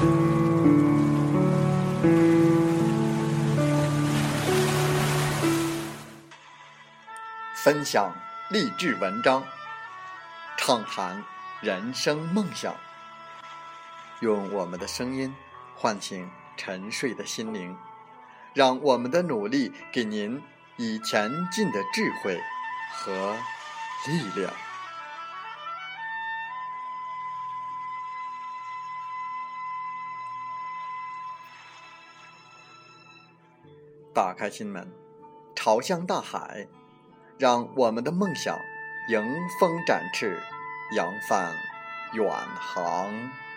分享励志文章，畅谈人生梦想，用我们的声音唤醒沉睡的心灵，让我们的努力给您以前进的智慧和力量。打开心门，朝向大海，让我们的梦想迎风展翅，扬帆远航。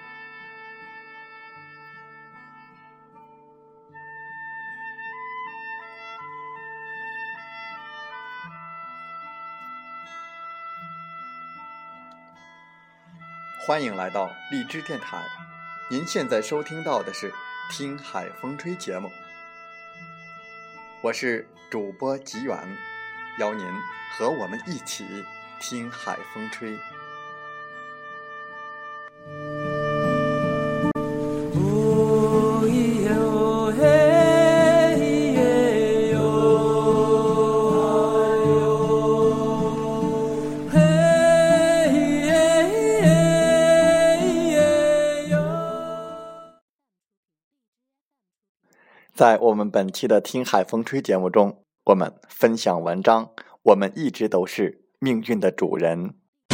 欢迎来到荔枝电台，您现在收听到的是听海风吹节目，我是主播吉远，邀您和我们一起听海风吹。在我们本期的听海风吹节目中，我们分享文章，我们一直都是命运的主人。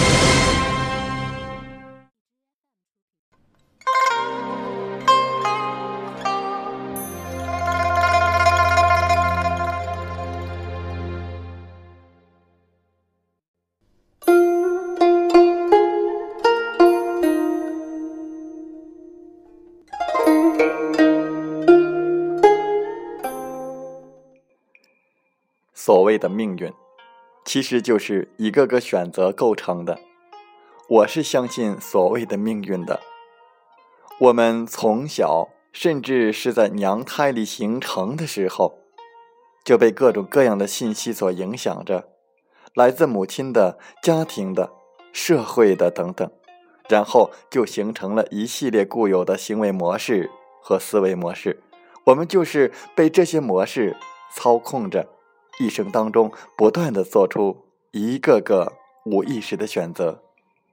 所谓的命运，其实就是一个个选择构成的。我是相信所谓的命运的。我们从小，甚至是在娘胎里形成的时候，就被各种各样的信息所影响着，来自母亲的、家庭的、社会的等等，然后就形成了一系列固有的行为模式和思维模式。我们就是被这些模式操控着，一生当中不断地做出一个个无意识的选择。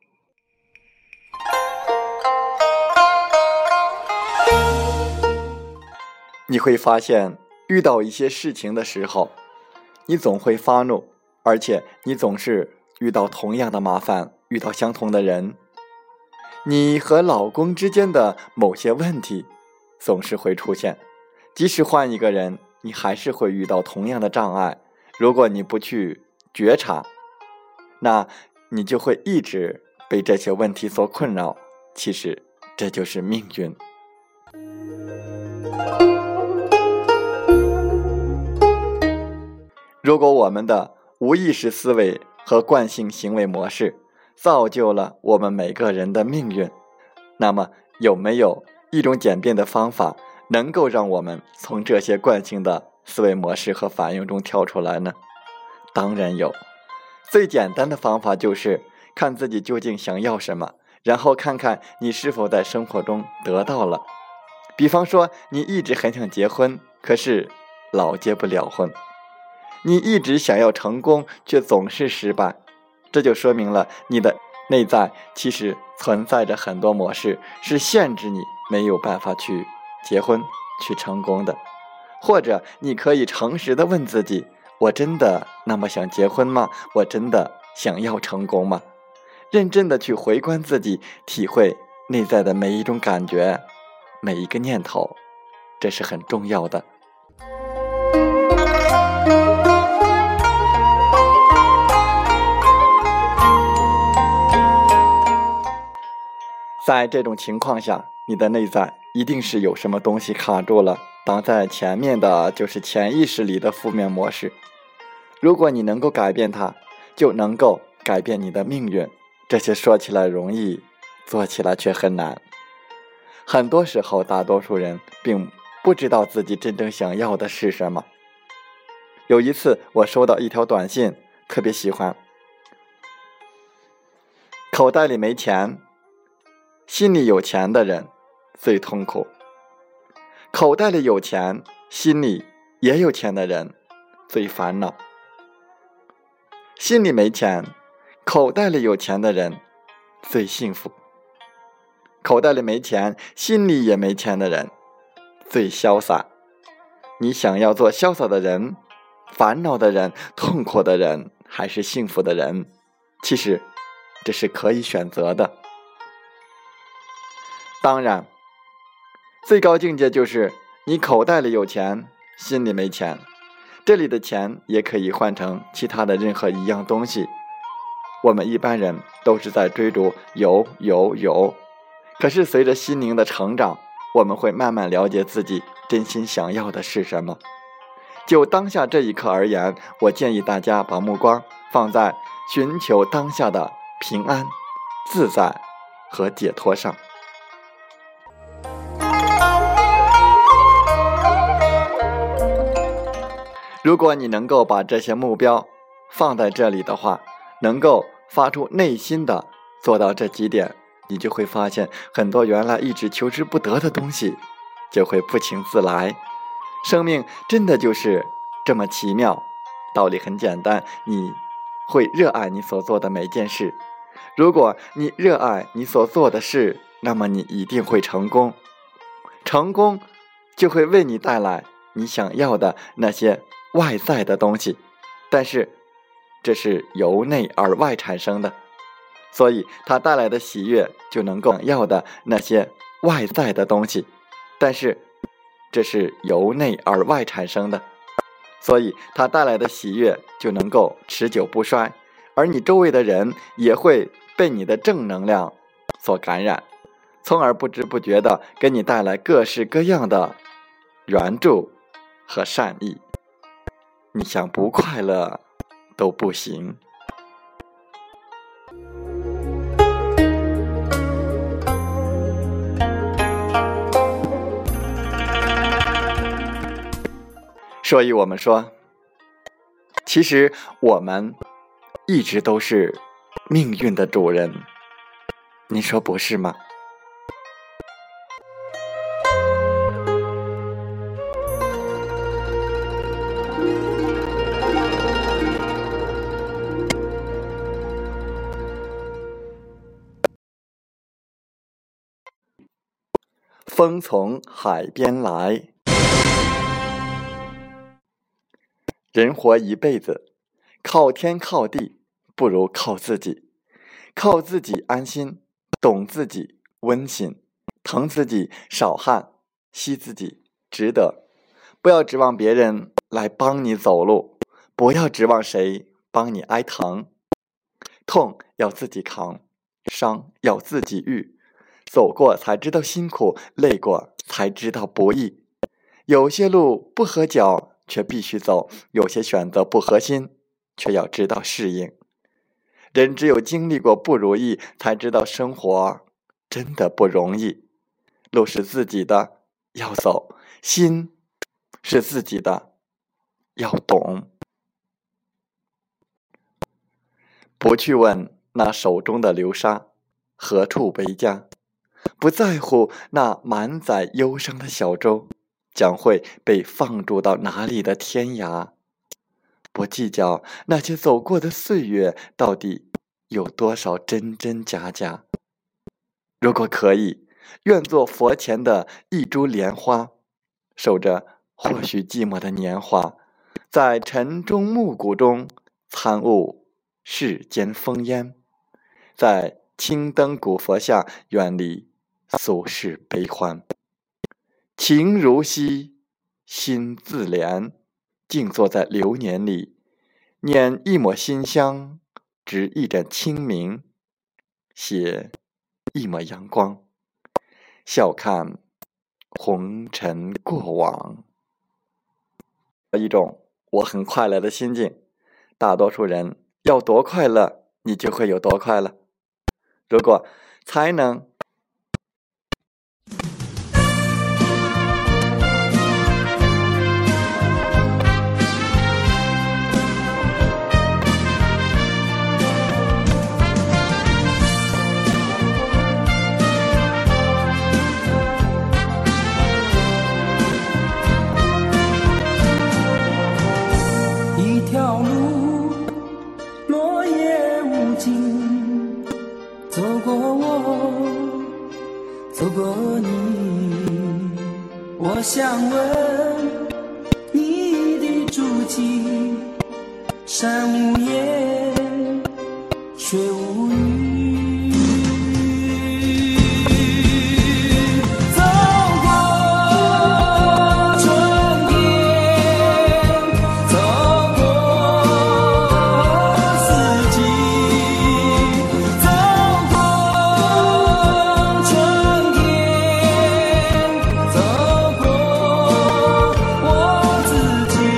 你会发现，遇到一些事情的时候，你总会发怒，而且你总是遇到同样的麻烦，遇到相同的人。你和老公之间的某些问题总是会出现，即使换一个人，你还是会遇到同样的障碍。如果你不去觉察，那你就会一直被这些问题所困扰。其实这就是命运。如果我们的无意识思维和惯性行为模式造就了我们每个人的命运，那么有没有一种简便的方法能够让我们从这些惯性的思维模式和反应中跳出来呢？当然有。最简单的方法就是看自己究竟想要什么，然后看看你是否在生活中得到了。比方说，你一直很想结婚，可是老结不了婚；你一直想要成功，却总是失败，这就说明了你的内在其实存在着很多模式，是限制你没有办法去结婚、去成功的。或者你可以诚实地问自己，我真的那么想结婚吗？我真的想要成功吗？认真地去回观自己，体会内在的每一种感觉，每一个念头，这是很重要的。在这种情况下，你的内在一定是有什么东西卡住了，挡在前面的就是潜意识里的负面模式。如果你能够改变它，就能够改变你的命运。这些说起来容易，做起来却很难。很多时候，大多数人并不知道自己真正想要的是什么。有一次，我收到一条短信，特别喜欢。口袋里没钱，心里有钱的人最痛苦。口袋里有钱，心里也有钱的人最烦恼。心里没钱，口袋里有钱的人最幸福。口袋里没钱，心里也没钱的人最潇洒。你想要做潇洒的人，烦恼的人，痛苦的人，还是幸福的人？其实这是可以选择的。当然，最高境界就是你口袋里有钱，心里没钱。这里的钱也可以换成其他的任何一样东西。我们一般人都是在追逐有，可是随着心灵的成长，我们会慢慢了解自己真心想要的是什么。就当下这一刻而言，我建议大家把目光放在寻求当下的平安、自在和解脱上。如果你能够把这些目标放在这里的话，能够发出内心的做到这几点，你就会发现很多原来一直求之不得的东西就会不请自来。生命真的就是这么奇妙，道理很简单，你会热爱你所做的每件事。如果你热爱你所做的事，那么你一定会成功。成功就会为你带来你想要的那些外在的东西，但是这是由内而外产生的，所以它带来的喜悦就能够想要的那些外在的东西，但是这是由内而外产生的，所以它带来的喜悦就能够持久不衰，而你周围的人也会被你的正能量所感染，从而不知不觉地给你带来各式各样的援助和善意。你想不快乐都不行。所以我们说，其实我们一直都是命运的主人，你说不是吗？风从海边来。人活一辈子，靠天靠地不如靠自己。靠自己安心，懂自己温馨，疼自己少汗，惜自己值得。不要指望别人来帮你走路，不要指望谁帮你挨疼。痛要自己扛，伤要自己愈。走过才知道辛苦，累过才知道不易。有些路不合脚却必须走，有些选择不合心却要知道适应。人只有经历过不如意，才知道生活真的不容易。路是自己的要走，心是自己的要懂。不去问那手中的流沙何处为家，不在乎那满载忧伤的小舟将会被放逐到哪里的天涯，不计较那些走过的岁月到底有多少真真假假。如果可以，愿做佛前的一株莲花，守着或许寂寞的年华，在晨钟暮鼓中参悟世间烽烟，在青灯古佛下远离俗世悲欢。情如溪，心自怜，静坐在流年里，捻一抹馨香，执一盏清明，写一抹阳光，笑看红尘过往。一种我很快乐的心境，大多数人要多快乐，你就会有多快乐。如果才能我想问你的足迹，山无言，水无语，走过春天，走过四季，走过春天，走过我自己。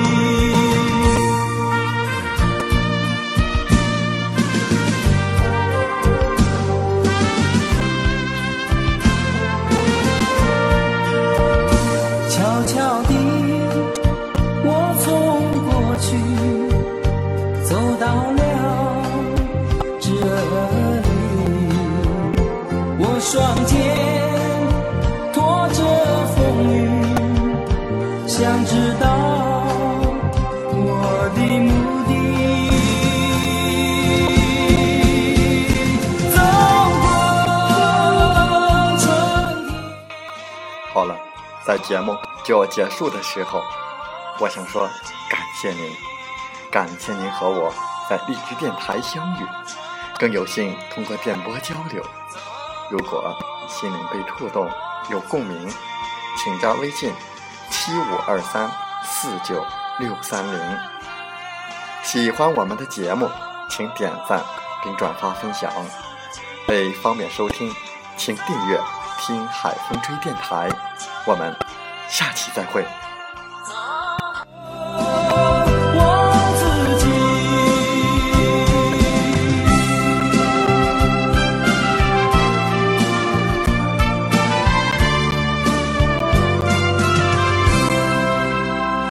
悄悄地，我从过去走到了这里，我双肩拖着风雨，想知道我的目的。走过春天。 好了，在节目就要结束的时候，我想说感谢您，感谢您和我在荔枝电台相遇，更有幸通过电波交流。如果心灵被触动，有共鸣，请加微信7523496630。喜欢我们的节目，请点赞并转发分享。为方便收听，请订阅听海风吹电台。我们下期再会。